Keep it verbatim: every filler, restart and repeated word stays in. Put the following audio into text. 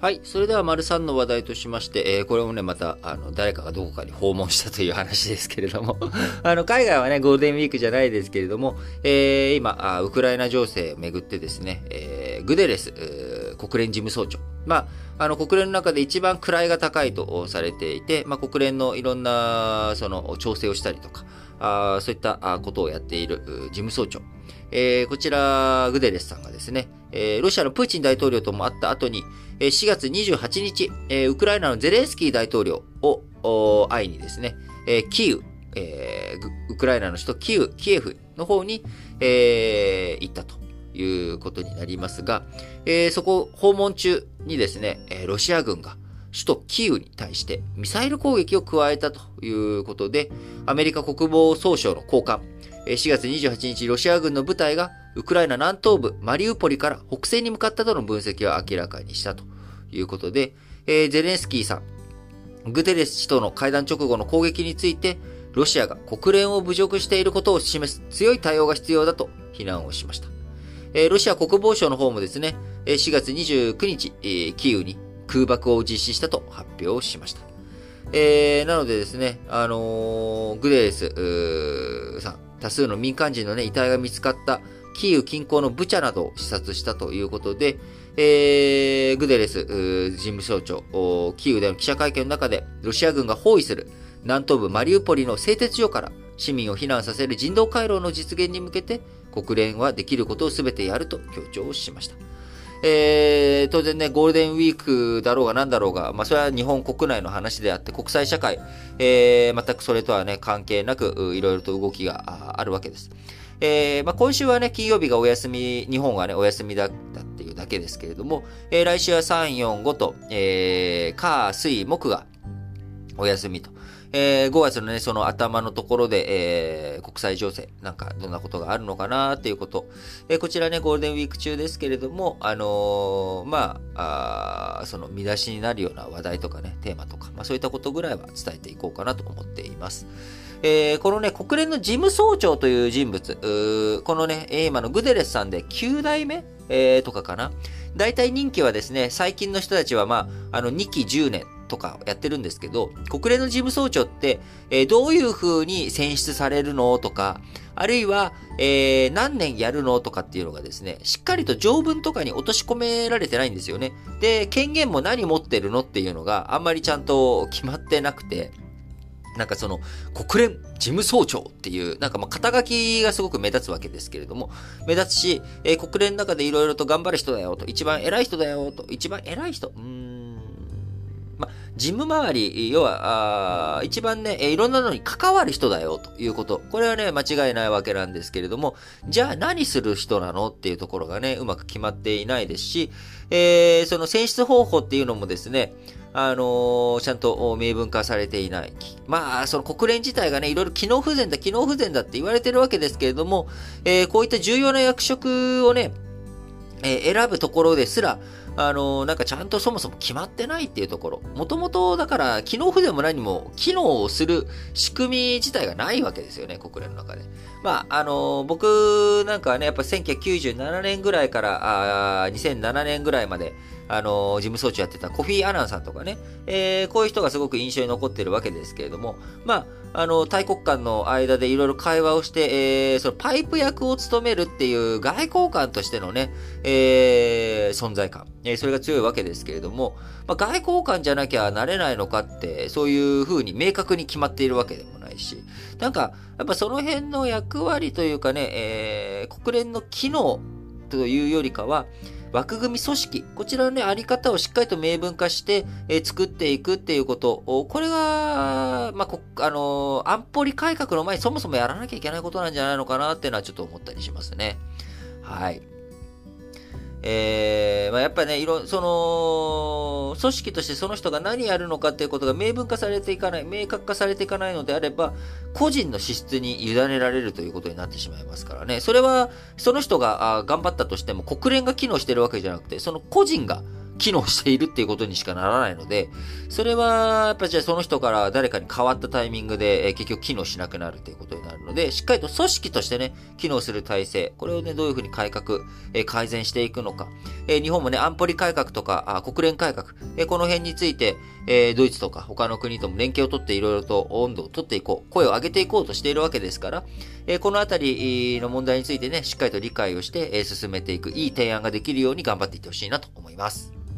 はい。それでは、丸さんの話題としまして、えー、これもね、また、あの、誰かがどこかに訪問したという話ですけれども、あの、海外はね、ゴールデンウィークじゃないですけれども、えー、今あ、ウクライナ情勢をめぐってですね、えー、グテレス、国連事務総長。まあ、あの、国連の中で一番位が高いとされていて、まあ、国連のいろんな、その、調整をしたりとか、あそういったことをやっている事務総長。えー、こちら、グテレスさんがですね、えー、ロシアのプーチン大統領とも会った後に、しがつにじゅうはちにち、えー、ウクライナのゼレンスキー大統領を会いにですね、えー、キーウ、えー、ウクライナの首都キーウ、キエフの方に、えー、行ったということになりますが、えー、そこ訪問中にですね、ロシア軍が首都キーウに対してミサイル攻撃を加えたということで、アメリカ国防総省の高官、しがつにじゅうはちにち、ロシア軍の部隊がウクライナ南東部マリウポリから北西に向かったとの分析を明らかにしたということで、えー、ゼレンスキーさん、グテレス氏との会談直後の攻撃について、ロシアが国連を侮辱していることを示す強い対応が必要だと非難をしました。えー、ロシア国防省の方もですね、しがつにじゅうくにち、えー、キーウに空爆を実施したと発表しました。えー、なのでですね、あのー、グテレスさん、多数の民間人のね、遺体が見つかったキーウ近郊のブチャなどを視察したということで、えー、グテレス事務総長、キーウでの記者会見の中で、ロシア軍が包囲する南東部マリウポリの製鉄所から市民を避難させる人道回廊の実現に向けて、国連はできることを全てやると強調しました。えー、当然ね、ゴールデンウィークだろうが何だろうが、まあそれは日本国内の話であって、国際社会、えー、全くそれとはね、関係なく、いろいろと動きがあるわけです。えー、まあ今週はね、金曜日がお休み、日本はね、お休みだったっていうだけですけれども、えー、来週はさん、よん、ごと、えー、火、水、木がお休みと。えー、ごがつのね、その頭のところで、えー、国際情勢、なんかどんなことがあるのかなっていうこと。えー、こちらね、ゴールデンウィーク中ですけれども、あのー、まあ、あその見出しになるような話題とかね、テーマとか、まあそういったことぐらいは伝えていこうかなと思っています。えー、このね、国連の事務総長という人物、このね、今のグテレスさんできゅうだいめ、えー、とかかな。大体任期はですね、最近の人たちはまあ、あのにきじゅうねんとかやってるんですけど、国連の事務総長って、えー、どういう風に選出されるのとか、あるいは、えー、何年やるのとかっていうのがですね、しっかりと条文とかに落とし込められてないんですよね。で、権限も何持ってるのっていうのがあんまりちゃんと決まってなくて、なんかその、国連事務総長っていう、なんかまあ肩書きがすごく目立つわけですけれども、目立つし、えー、国連の中でいろいろと頑張る人だよと、一番偉い人だよと、一番偉い人、うーん、まあ、事務周り、要は、あ一番ね、いろんなのに関わる人だよということ。これはね、間違いないわけなんですけれども、じゃあ何する人なのっていうところがね、うまく決まっていないですし、えー、その選出方法っていうのもですね、あのー、ちゃんと明文化されていない。まあ、その国連自体がね、いろいろ機能不全だ、機能不全だって言われてるわけですけれども、えー、こういった重要な役職をね、えー、選ぶところですら、あのー、なんかちゃんとそもそも決まってないっていうところ。もともと、だから、機能不全も何も、機能をする仕組み自体がないわけですよね、国連の中で。まあ、あのー、僕なんかはね、やっぱせんきゅうひゃくきゅうじゅうななねんぐらいから、あにせんななねんぐらいまで、あのー、事務総長やってたコフィー・アナンさんとかね、えー、こういう人がすごく印象に残ってるわけですけれども、まあ、あの、大国間の間でいろいろ会話をして、えー、そのパイプ役を務めるっていう外交官としてのね、えー、存在感、えー、それが強いわけですけれども、まあ、外交官じゃなきゃなれないのかって、そういう風に明確に決まっているわけでもないし、なんか、やっぱその辺の役割というかね、えー、国連の機能というよりかは、枠組み組織、こちらのね、あり方をしっかりと明文化して、えー、作っていくっていうことを、これが、まあ、こ、あのー、安保理改革の前にそもそもやらなきゃいけないことなんじゃないのかなっていうのはちょっと思ったりしますね。はい。えー、まあ、やっぱね、いろ、その、組織としてその人が何やるのかっていうことが明文化されていかない、明確化されていかないのであれば、個人の資質に委ねられるということになってしまいますからね。それは、その人があ頑張ったとしても国連が機能してるわけじゃなくて、その個人が機能しているっていうことにしかならないので、それは、やっぱじゃあその人から誰かに変わったタイミングで、えー、結局機能しなくなるっていうことになるので、しっかりと組織としてね、機能する体制、これをね、どういうふうに改革、えー、改善していくのか、 えー、日本もね、安保理改革とか、あ国連改革、えー、この辺について、えー、ドイツとか他の国とも連携を取っていろいろと温度を取っていこう、声を上げていこうとしているわけですから、えー、このあたりの問題についてね、しっかりと理解をして、えー、進めていく、いい提案ができるように頑張っていってほしいなと思います。